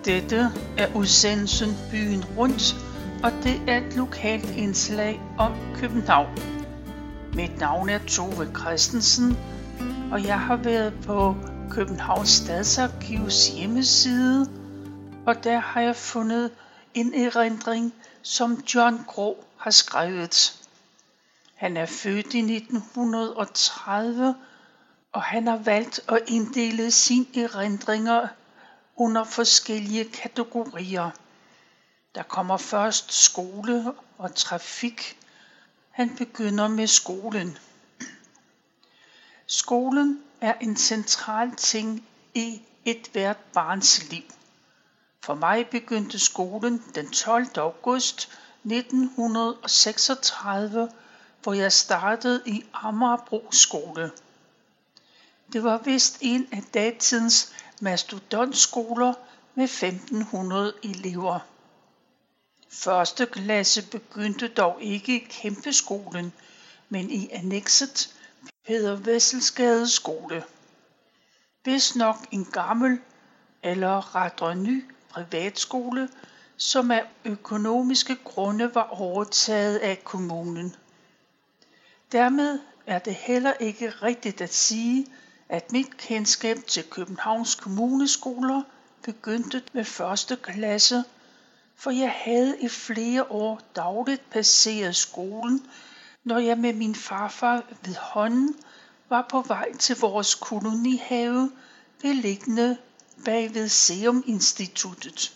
Dette er udsendelsen Byen Rundt, og det er et lokalt indslag om København. Mit navn er Tove Christensen, og jeg har været på Københavns Stadsarkivs hjemmeside, og der har jeg fundet en erindring, som John Grå har skrevet. Han er født i 1930, og han har valgt at inddele sine erindringer under forskellige kategorier. Der kommer først skole og trafik. Han begynder med skolen. Skolen er en central ting i et hvert barns liv. For mig begyndte skolen den 12. august 1936, hvor jeg startede i Amagerbro skole. Det var vist en af datidens mastodontskoler med 1500 elever. Første klasse begyndte dog ikke i kæmpeskolen, men i annekset Peder Wesselsgade skole. Vist nok en gammel eller rettere ny privatskole, som af økonomiske grunde var overtaget af kommunen. Dermed er det heller ikke rigtigt at sige, at mit kendskab til Københavns kommuneskoler begyndte med første klasse, for jeg havde i flere år dagligt passeret skolen, når jeg med min farfar ved hånden var på vej til vores kolonihave, beliggende bag ved Serum Instituttet.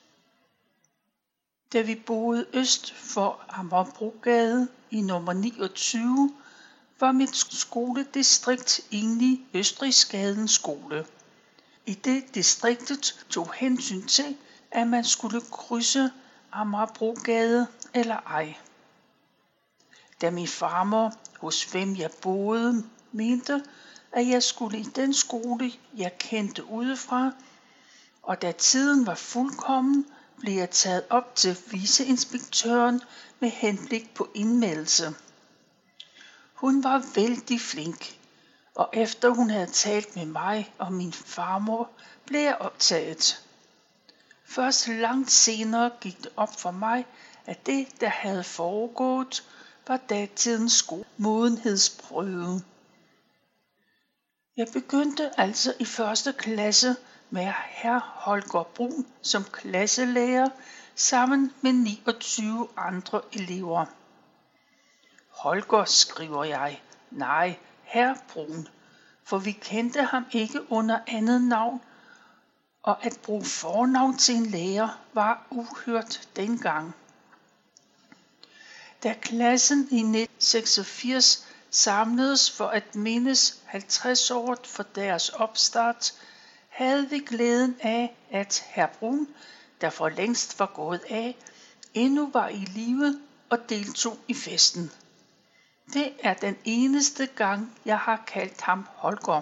Da vi boede øst for Amagerbrogade i nummer 29, var mit skoledistrikt egentlig Østrigsgadens skole. I det distriktet tog hensyn til, at man skulle krydse Amagerbrogade eller ej. Da min farmor, hos hvem jeg boede, mente, at jeg skulle i den skole, jeg kendte udefra, og da tiden var fuldkommen, blev jeg taget op til viceinspektøren med henblik på indmeldelse. Hun var vældig flink, og efter hun havde talt med mig og min farmor, blev jeg optaget. Først langt senere gik det op for mig, at det, der havde foregået, var datidens modenhedsprøve. Jeg begyndte altså i første klasse med hr. Holger Brun som klasselærer sammen med 29 andre elever. Holger, skriver jeg. Nej, hr. Brun, for vi kendte ham ikke under andet navn, og at bruge fornavn til en lærer var uhørt dengang. Da klassen i 1986 samledes for at mindes 50-året for deres opstart, havde vi glæden af, at hr. Brun, der for længst var gået af, endnu var i live og deltog i festen. Det er den eneste gang, jeg har kaldt ham Holger.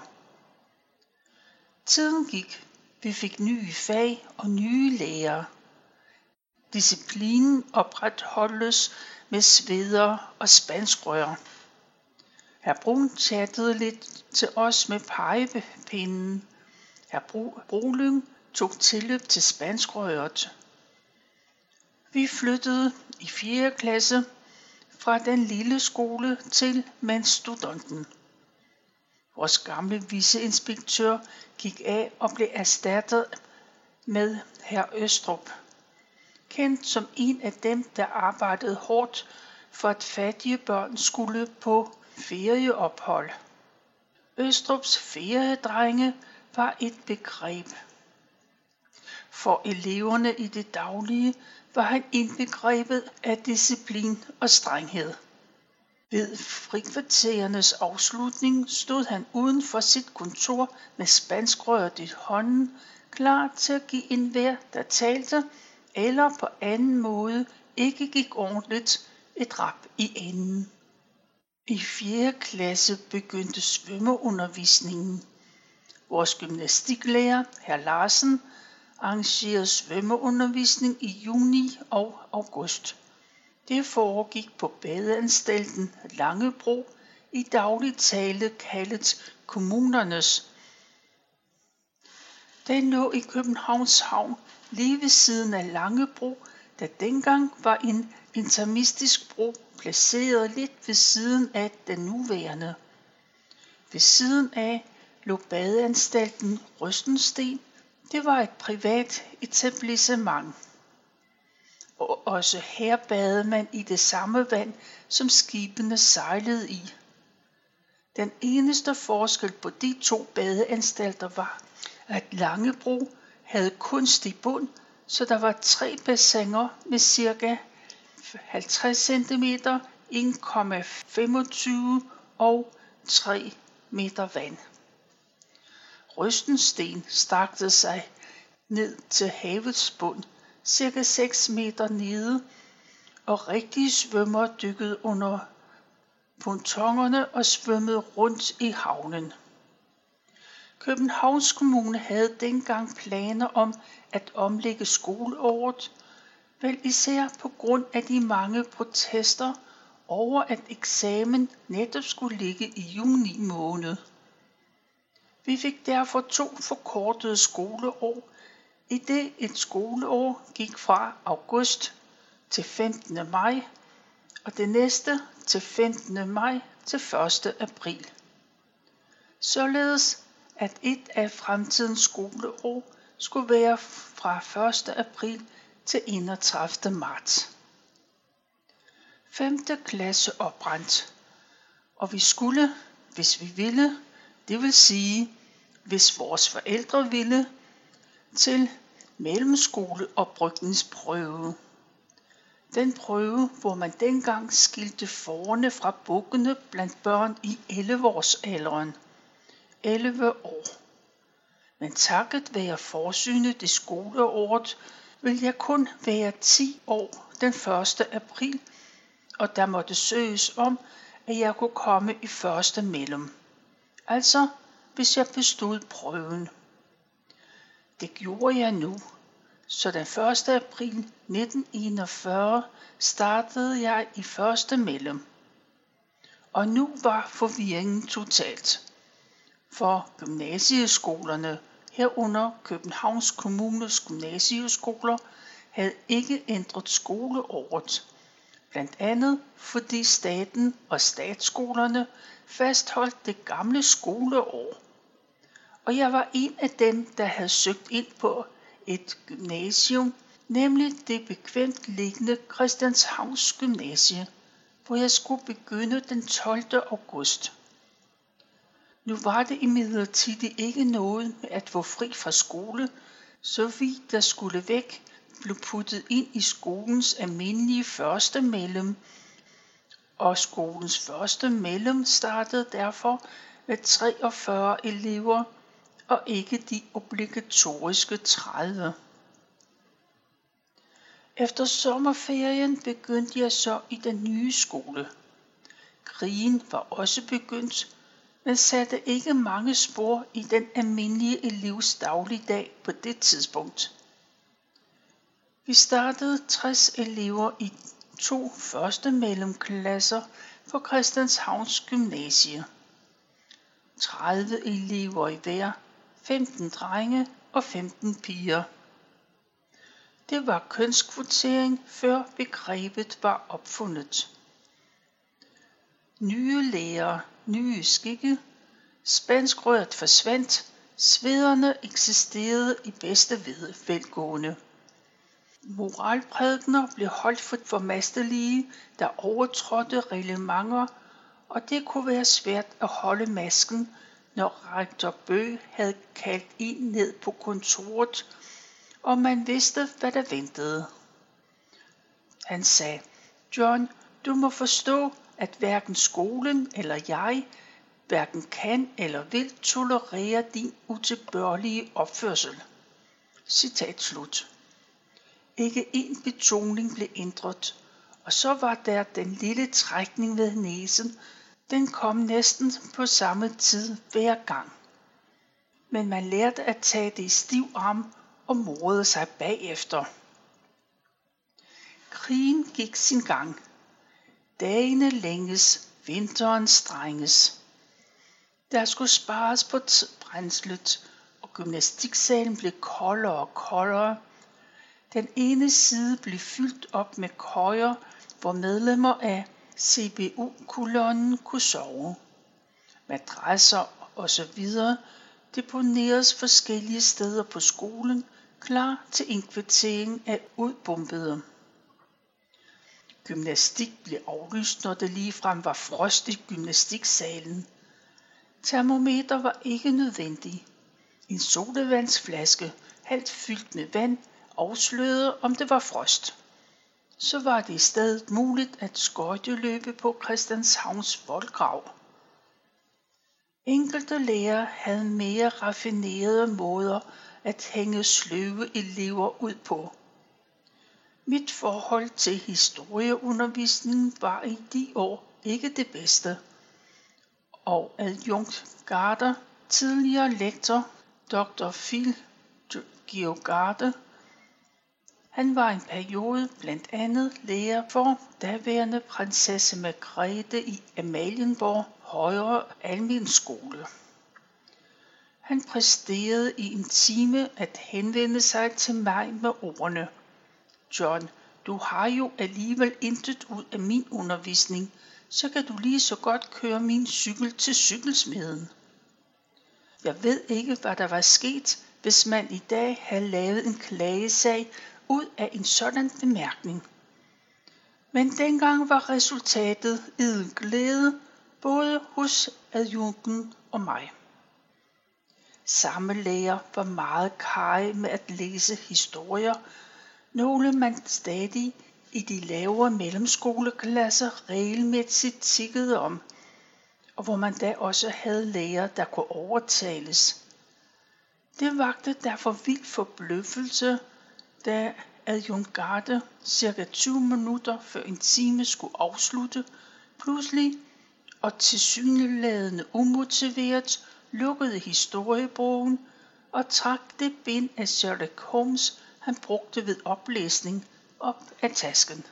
Tiden gik. Vi fik nye fag og nye lærere. Disciplinen opretholdes med sveder og spanskrør. Hr. Brun chattede lidt til os med pegepinden. Hr. Brolyng tog tilløb til spanskrøret. Vi flyttede i 4. klasse fra den lille skole til Manstudonten. Vores gamle viceinspektør gik af og blev erstattet med hr. Østrup, kendt som en af dem, der arbejdede hårdt for at fattige børn skulle på ferieophold. Østrups feriedrenge var et begreb. For eleverne i det daglige var han indbegrebet af disciplin og strenghed. Ved frikvarterernes afslutning stod han uden for sit kontor med spanskrøret i hånden, klar til at give enhver, der talte eller på anden måde ikke gik ordentligt, et rap i enden. I 4. klasse begyndte svømmeundervisningen. Vores gymnastiklærer, hr. Larsen, arrangerede svømmeundervisning i juni og august. Det foregik på badeanstalten Langebro, i daglig tale kaldet kommunernes. Den lå i Københavns Havn, lige ved siden af Langebro, der dengang var en intermistisk bro, placeret lidt ved siden af den nuværende. Ved siden af lå badeanstalten Røstensten. Det var et privat etablissement. Og også her badede man i det samme vand, som skibene sejlede i. Den eneste forskel på de to badeanstalter var, at Langebro havde kunstig bund, så der var 3 bassiner med ca. 50 cm, 1,25 og 3 meter vand. Røstensten strakte sig ned til havets bund, ca. 6 meter nede, og rigtige svømmere dykkede under pontonerne og svømmede rundt i havnen. Københavns Kommune havde dengang planer om at omlægge skoleåret, vel især på grund af de mange protester over, at eksamen netop skulle ligge i juni måned. Vi fik derfor 2 forkortede skoleår, i det et skoleår gik fra august til 15. maj, og det næste til 15. maj til 1. april. Således at et af fremtidens skoleår skulle være fra 1. april til 31. marts. 5. klasse opbrændt, og vi skulle, hvis vi ville, det vil sige, hvis vores forældre ville, til mellemskoleoprykningsprøve. Den prøve, hvor man dengang skilte fårene fra bukkene blandt børn i 11-årsalderen. 11 år. Men takket være forsynet i skoleåret, vil jeg kun være 10 år den 1. april, og der måtte søges om, at jeg kunne komme i første mellem. Altså, hvis jeg bestod prøven. Det gjorde jeg nu, så den 1. april 1941 startede jeg i første mellem. Og nu var forvirringen totalt. For gymnasieskolerne, herunder Københavns Kommunes gymnasieskoler, havde ikke ændret skoleåret. Blandt andet fordi staten og statsskolerne fastholdt det gamle skoleår. Og jeg var en af dem, der havde søgt ind på et gymnasium, nemlig det bekvemt liggende Christianshavns Gymnasie, hvor jeg skulle begynde den 12. august. Nu var det imidlertid ikke noget med at få fri fra skole, så vi, der skulle væk, blev puttet ind i skolens almindelige første mellem, og skolens første mellem startede derfor med 43 elever, og ikke de obligatoriske 30. Efter sommerferien begyndte jeg så i den nye skole. Krigen var også begyndt, men satte ikke mange spor i den almindelige elevs dagligdag på det tidspunkt. Vi startede 60 elever i 2 første mellemklasser på Christianshavns Gymnasie. 30 elever i hver, 15 drenge og 15 piger. Det var kønskvotering, før begrebet var opfundet. Nye lærere, nye skikke, spanskrøret forsvandt, svederne eksisterede i bedste velgående. Moralprædikener blev holdt for formastelige, der overtrådte reglementer, og det kunne være svært at holde masken, når rektor Bøgh havde kaldt en ned på kontoret, og man vidste, hvad der ventede. Han sagde, John, du må forstå, at hverken skolen eller jeg hverken kan eller vil tolerere din utilbørlige opførsel. Citat slut. Ikke en betoning blev ændret, og så var der den lille trækning ved næsen. Den kom næsten på samme tid hver gang. Men man lærte at tage det i stiv arm og morede sig bagefter. Krigen gik sin gang. Dagene længes, vinteren strenges. Der skulle spares på brændslet, og gymnastiksalen blev koldere og koldere. Den ene side blev fyldt op med køjer, hvor medlemmer af CBU-kolonnen kunne sove. Madrasser osv. deponeres forskellige steder på skolen, klar til indkvartering af udbombede. Gymnastik blev aflyst, når det ligefrem var frost i gymnastiksalen. Termometer var ikke nødvendig. En sodavandsflaske, halvt fyldt med vand, afslørede, om det var frost. Så var det i stedet muligt at skøjteløbe på Christianshavns voldgrav. Enkelte lærere havde mere raffinerede måder at hænge sløve elever ud på. Mit forhold til historieundervisningen var i de år ikke det bedste. Og adjunkt Garde, tidligere lektor, Dr. Phil Georgarde, han var en periode blandt andet lærer for daværende prinsesse Margrethe i Amalienborg Højre Almenskole. Han præsterede i en time at henvende sig til mig med ordene: John, du har jo alligevel intet ud af min undervisning, så kan du lige så godt køre min cykel til cykelsmeden. Jeg ved ikke, hvad der var sket, hvis man i dag havde lavet en klagesag ud af en sådan bemærkning. Men dengang var resultatet idel glæde, både hos adjunkten og mig. Samme lærer var meget karrig med at læse historier, nogle man stadig i de lavere mellemskoleklasser regelmæssigt tiggede om, og hvor man da også havde lærere, der kunne overtales. Det vakte derfor vild forbløffelse, da adjunkt Garde cirka 20 minutter før en time skulle afslutte, pludselig og tilsyneladende umotiveret lukkede historiebogen og trak det bind af Sherlock Holmes, han brugte ved oplæsning, op af tasken.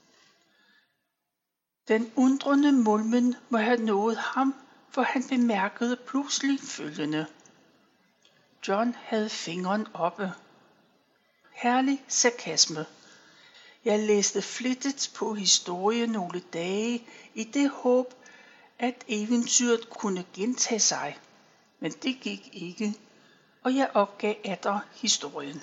Den undrende mulmen må have nået ham, for han bemærkede pludselig følgende: John havde fingeren oppe. Herlig sarkasme. Jeg læste flittigt på historie nogle dage i det håb, at eventyret kunne gentage sig, men det gik ikke, og jeg opgav atter historien.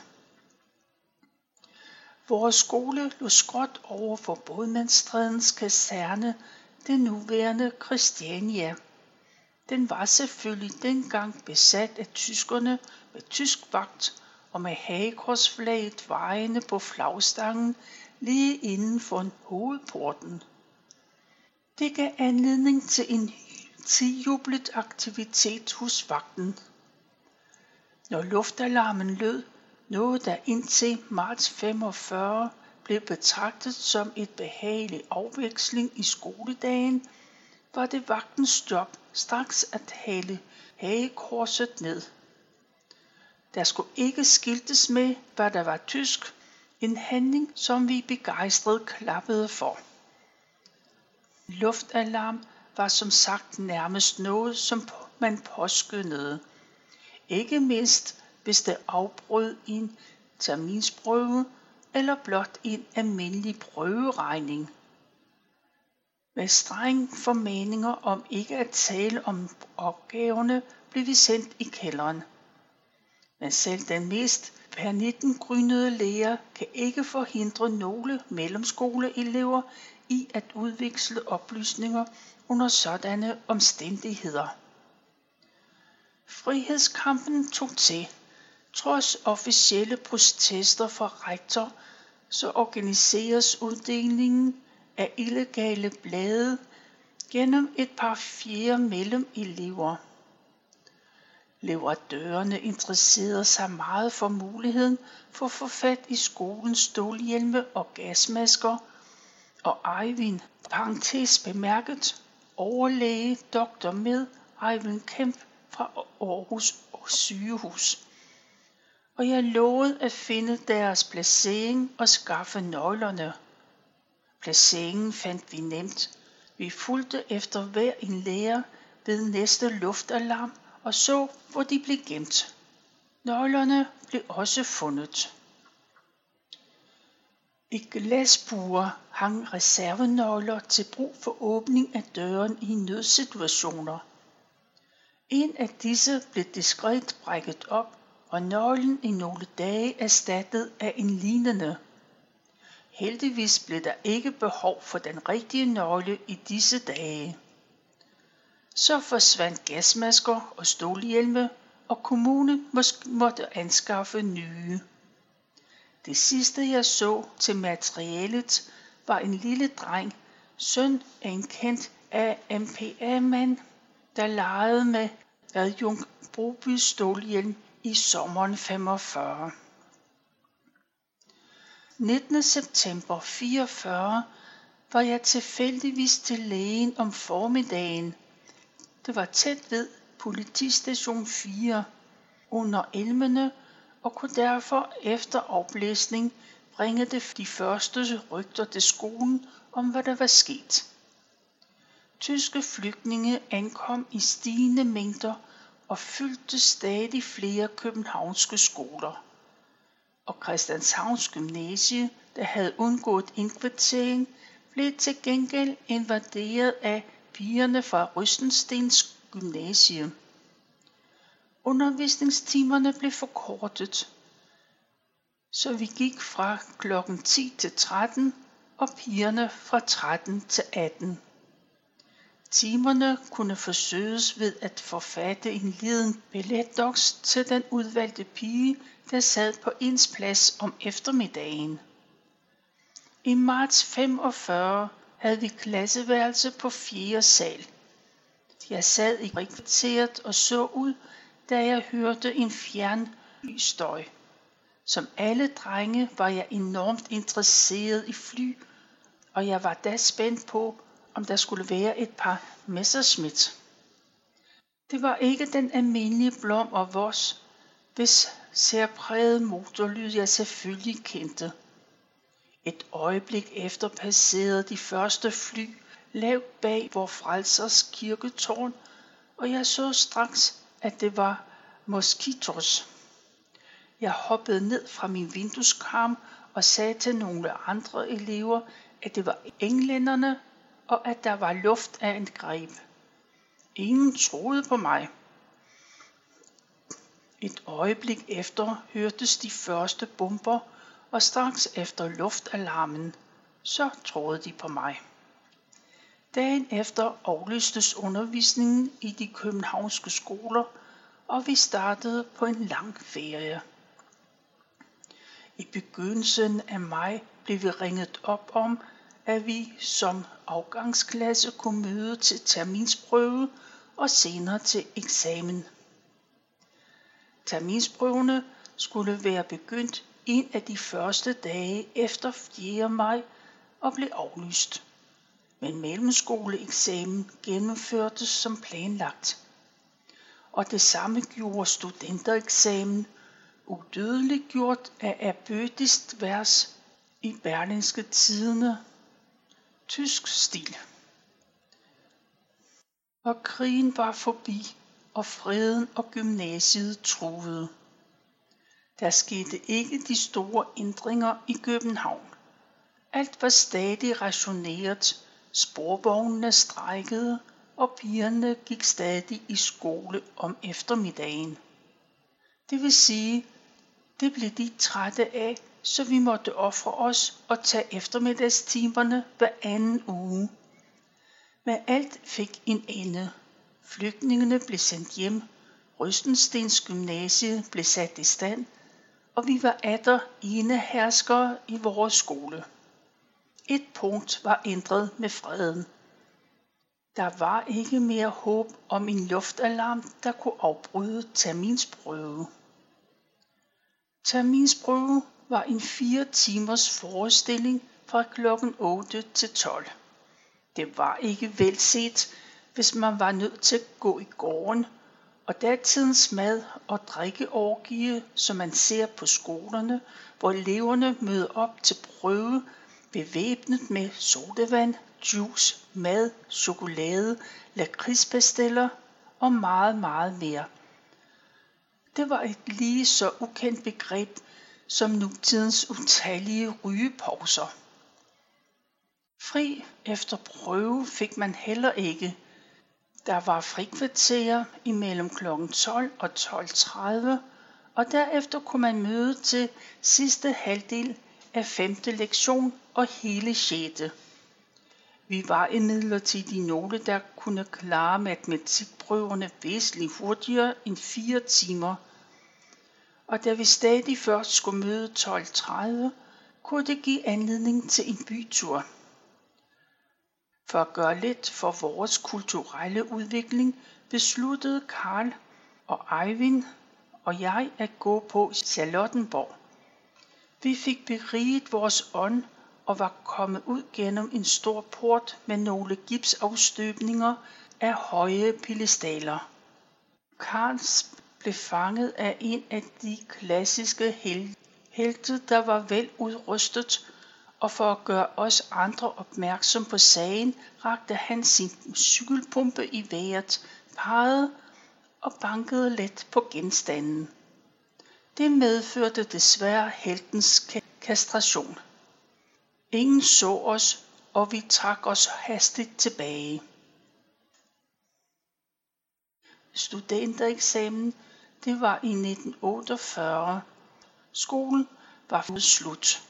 Vores skole lå skråt over for Bådsmandsstrædens kaserne, det nuværende Christiania. Den var selvfølgelig dengang besat af tyskerne med tysk vagt og med hagekorsflaget vejende på flagstangen lige inden for hovedporten. Det gav anledning til en tijublet aktivitet hos vagten. Når luftalarmen lød, noget der indtil marts 45 blev betragtet som et behagelig afveksling i skoledagen, var det vagtens job straks at hale hagekorset ned. Der skulle ikke skiltes med, hvad der var tysk, en handling, som vi begejstret klappede for. Luftalarm var som sagt nærmest noget, som man påskyndede. Ikke mindst hvis det afbrød en terminsprøve eller blot en almindelig prøveregning. Med streng formaninger om ikke at tale om opgaverne blev vi sendt i kælderen. Men selv den mest pernittengrynede lærer kan ikke forhindre nogle mellemskoleelever i at udveksle oplysninger under sådanne omstændigheder. Frihedskampen tog til. Trods officielle protester fra rektor, så organiseres uddelingen af illegale blade gennem et par fjerde mellemelever. Leverandørerne interesserede sig meget for muligheden for at få fat i skolens stålhjelme og gasmasker, og Eivind, parentes bemærket, overlæge Dr. Med Eivind Kemp fra Aarhus sygehus. Og jeg lovede at finde deres placering og skaffe nøglerne. Placeringen fandt vi nemt. Vi fulgte efter hver en lærer ved næste luftalarm og så, hvor de blev gemt. Nøglerne blev også fundet. I glasbuer hang reservenøgler til brug for åbning af døren i nødsituationer. En af disse blev diskret brækket op, og nøglen i nogle dage erstattet af en lignende. Heldigvis blev der ikke behov for den rigtige nøgle i disse dage. Så forsvandt gasmasker og stålhjelme, og kommunen måtte anskaffe nye. Det sidste jeg så til materialet var en lille dreng, søn af en kendt AMPA-mand, der legede med adjunkt Brobys stålhjelm i sommeren 45. 19. september 44 var jeg tilfældigvis til lægen om formiddagen. Det var tæt ved politistation 4 under Elmene og kunne derfor efter oplæsning bringe de første rygter til skolen om hvad der var sket. Tyske flygtninge ankom i stigende mængder og fyldte stadig flere københavnske skoler. Og Christianshavns Gymnasie, der havde undgået indkvartering, blev til gengæld invaderet af pigerne fra Rystenstens Gymnasie. Undervisningstimerne blev forkortet, så vi gik fra klokken 10 til 13 og pigerne fra 13 til 18. Timerne kunne forsøges ved at forfatte en liden billetdoks til den udvalgte pige, der sad på ens plads om eftermiddagen. I marts 45 havde vi klasseværelse på 4. sal. Jeg sad i frikvarteret og så ud, da jeg hørte en fjern flystøj. Som alle drenge var jeg enormt interesseret i fly, og jeg var da spændt på, om der skulle være et par Messerschmitt. Det var ikke den almindelige Blom og Voss, hvis særprægede motorlyd jeg selvfølgelig kendte. Et øjeblik efter passerede de første fly lavt bag vor frelsers kirketårn, og jeg så straks, at det var Moskitos. Jeg hoppede ned fra min vindueskarm og sagde til nogle andre elever, at det var englænderne, og at der var luftangreb. Ingen troede på mig. Et øjeblik efter hørtes de første bomber, og straks efter luftalarmen, så troede de på mig. Dagen efter aflystes undervisningen i de københavnske skoler, og vi startede på en lang ferie. I begyndelsen af maj blev vi ringet op om, at vi som afgangsklasse kunne møde til terminsprøve og senere til eksamen. Terminsprøvene skulle være begyndt en af de første dage efter 4. maj og blev aflyst. Men mellemskoleeksamen gennemførtes som planlagt. Og det samme gjorde studentereksamen, udødeliggjort af ærbødigst vers i Berlingske Tidende, tysk stil. Og krigen var forbi, og freden og gymnasiet truede. Der skete ikke de store ændringer i København. Alt var stadig rationeret, sporvognene strejkede, og pigerne gik stadig i skole om eftermiddagen. Det vil sige, det blev de trætte af, så vi måtte ofre os og tage eftermiddagstimerne hver anden uge. Men alt fik en ende. Flygtningene blev sendt hjem, Rystenstens Gymnasie blev sat i stand, og vi var atter eneherskere i vores skole. Et punkt var ændret med freden. Der var ikke mere håb om en luftalarm, der kunne afbryde terminsprøve. Terminsprøve var en 4 timers forestilling fra klokken 8 til 12. Det var ikke velset, hvis man var nødt til at gå i gården, og datidens mad- og drikkeorgie, som man ser på skolerne, hvor eleverne møder op til prøve, bevæbnet med sodavand, juice, mad, chokolade, lakridspasteller og meget, meget mere. Det var et lige så ukendt begreb som nutidens utallige rygepauser. Fri efter prøve fik man heller ikke. Der var frikvarterer imellem kl. 12 og 12:30, og derefter kunne man møde til sidste halvdel af 5. lektion og hele 6. Vi var imidlertid nogle, der kunne klare matematikprøverne væsentligt hurtigere end 4 timer, og da vi stadig først skulle møde 12:30, kunne det give anledning til en bytur. For at gøre lidt for vores kulturelle udvikling, besluttede Karl og Eivind og jeg at gå på Charlottenborg. Vi fik beriget vores ånd og var kommet ud gennem en stor port med nogle gipsafstøbninger af høje piedestaler. Karl blev fanget af en af de klassiske helte, der var vel udrustet, og for at gøre os andre opmærksom på sagen, rakte han sin cykelpumpe i vejret, pegede og bankede let på genstanden. Det medførte desværre heltens kastration. Ingen så os, og vi trak os hastigt tilbage. Studentereksamen, det var i 1948. Skolen var slut.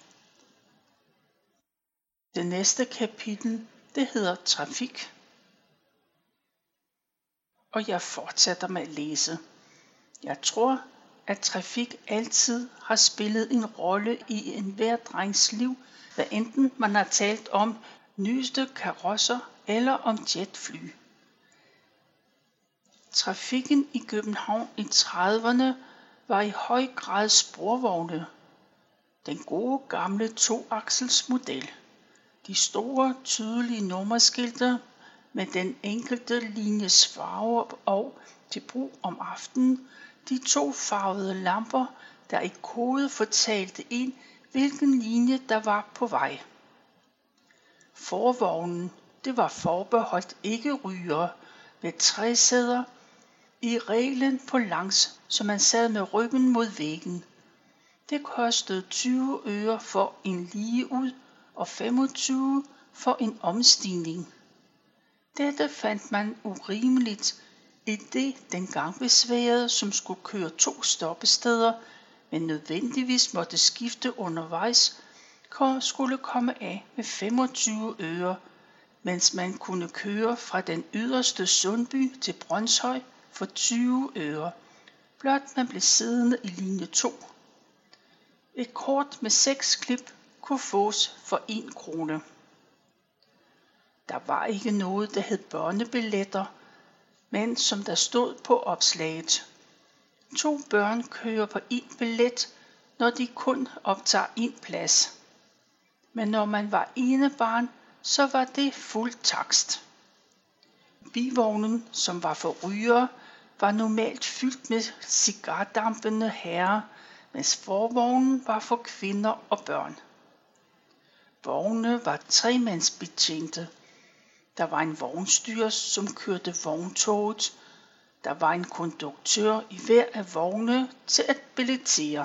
Det næste kapitel, det hedder Trafik. Og jeg fortsætter med at læse. Jeg tror, at trafik altid har spillet en rolle i enhver drengs liv, hvad enten man har talt om nyeste karosser eller om jetfly. Trafikken i København i 30'erne var i høj grad sporvogne. Den gode gamle toakselsmodel. De store, tydelige nummerskilte med den enkelte linjes farve og til brug om aftenen, de 2 farvede lamper, der i kode fortalte en, hvilken linje der var på vej. Forvognen, det var forbeholdt ikke-rygere med 3 sæder, i reglen på langs, så man sad med ryggen mod væggen. Det kostede 20 øre for en lige ud og 25 for en omstigning. Dette fandt man urimeligt, i det dengang besværede, som skulle køre 2 stoppesteder, men nødvendigvis måtte skifte undervejs, skulle komme af med 25 øre, mens man kunne køre fra den yderste Sundby til Brønshøj for 20 øre, blot man blev siddende i linje 2. Et kort med 6 klip kunne fås for 1 krone. Der var ikke noget, der hed børnebilletter, men som der stod på opslaget. 2 børn kører på 1 billet, når de kun optager 1 plads. Men når man var ene barn, så var det fuld takst. Bivognen, som var for rygere, var normalt fyldt med cigardampende herrer, mens forvognen var for kvinder og børn. Vognene var 3-mandsbetjente. Der var en vognstyrer, som kørte vogntoget. Der var en konduktør i hver af vogne til at billettere.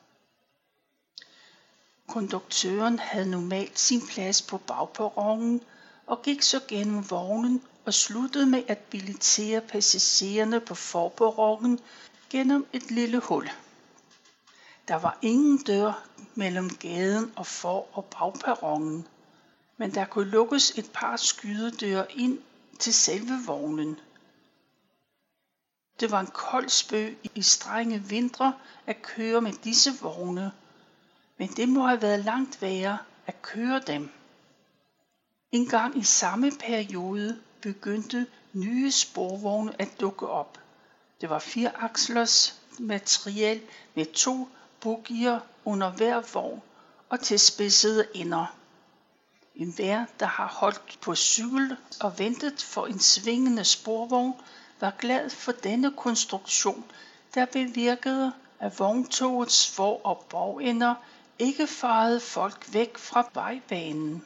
Konduktøren havde normalt sin plads på bagperronen og gik så gennem vognen og sluttede med at billettere passagererne på forperronen gennem et lille hul. Der var ingen dør mellem gaden og for- og bagperronen, men der kunne lukkes et par skydedøre ind til selve vognen. Det var en kold spøg i strenge vintre at køre med disse vogne, men det må have været langt værre at køre dem. En gang i samme periode begyndte nye sporvogne at dukke op. Det var 4-akslers materiel med 2 bogier under hver vogn og tilspidsede ender. Enhver, der har holdt på cykel og ventet for en svingende sporvogn, var glad for denne konstruktion, der bevirkede, at vogntogets for- og bagender ikke farede folk væk fra vejbanen.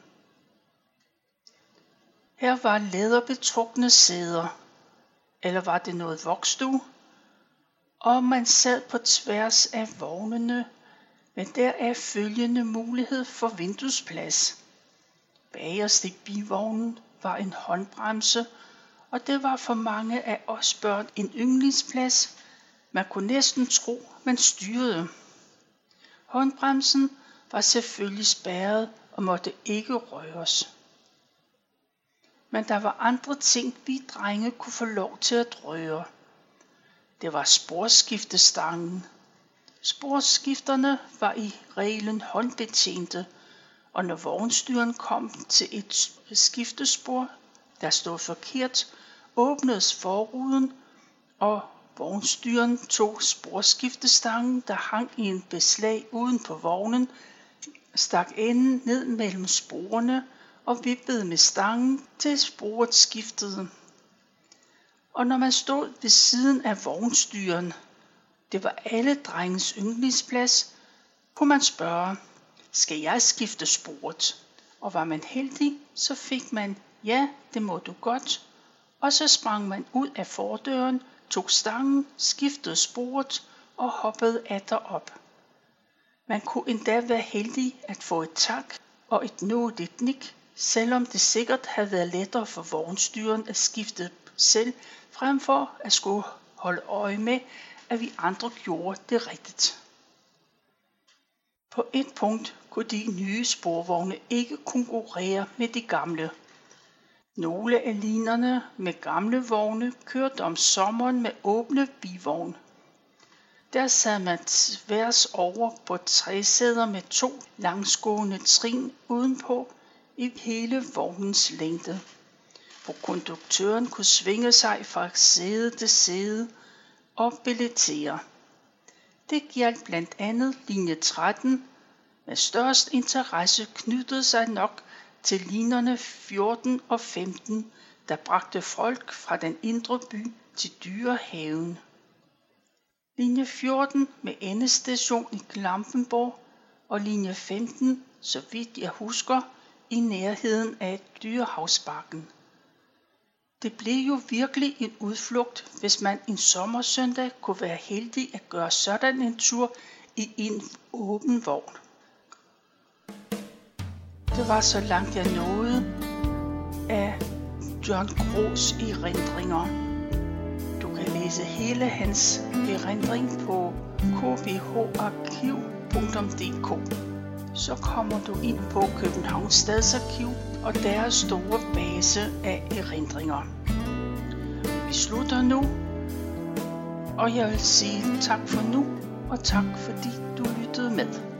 Her var læderbetrukne sæder, eller var det noget voksstue, og man sad på tværs af vognene med deraf følgende mulighed for vinduesplads. Bagerst i bivognen var en håndbremse, og det var for mange af os børn en yndlingsplads. Man kunne næsten tro, man styrede. Håndbremsen var selvfølgelig spærret og måtte ikke røres. Men der var andre ting, vi drenge kunne få lov til at røre. Det var sporskiftestangen. Sporskifterne var i reglen håndbetjente, og når vognstyreren kom til et skiftespor, der stod forkert, åbnedes forruden, og vognstyreren tog sporskiftestangen, der hang i en beslag uden på vognen, stak enden ned mellem sporene og vippede med stangen til sporet skiftede. Og når man stod ved siden af vognstyreren, det var alle drengens yndlingsplads, kunne man spørge, skal jeg skifte sporet? Og var man heldig, så fik man, ja, det må du godt. Og så sprang man ud af fordøren, tog stangen, skiftede sporet og hoppede atter op. Man kunne endda være heldig at få et tak og et nådigt nik, selvom det sikkert havde været lettere for vognstyreren at skifte selv, frem for at skulle holde øje med, at vi andre gjorde det rigtigt. På et punkt kunne de nye sporvogne ikke konkurrere med de gamle. Nogle af linerne med gamle vogne kørte om sommeren med åbne bivogn. Der sad man tværs over på træsæder med 2 langsgående trin udenpå i hele vognens længde, hvor konduktøren kunne svinge sig fra sæde til sæde og billettere. Det gjaldt blandt andet linje 13, med størst interesse knyttede sig nok til linjerne 14 og 15, der bragte folk fra den indre by til Dyrehaven. Linje 14 med endestation i Klampenborg og linje 15, så vidt jeg husker, i nærheden af Dyrehavsbakken. Det blev jo virkelig en udflugt, hvis man en sommersøndag kunne være heldig at gøre sådan en tur i en åben vogn. Det var så langt jeg nåede af John Gros erindringer. Du kan læse hele hans erindring på kvharkiv.dk. Så kommer du ind på Københavns Stadsarkiv og deres store base af erindringer. Vi slutter nu, og jeg vil sige tak for nu, og tak fordi du lyttede med.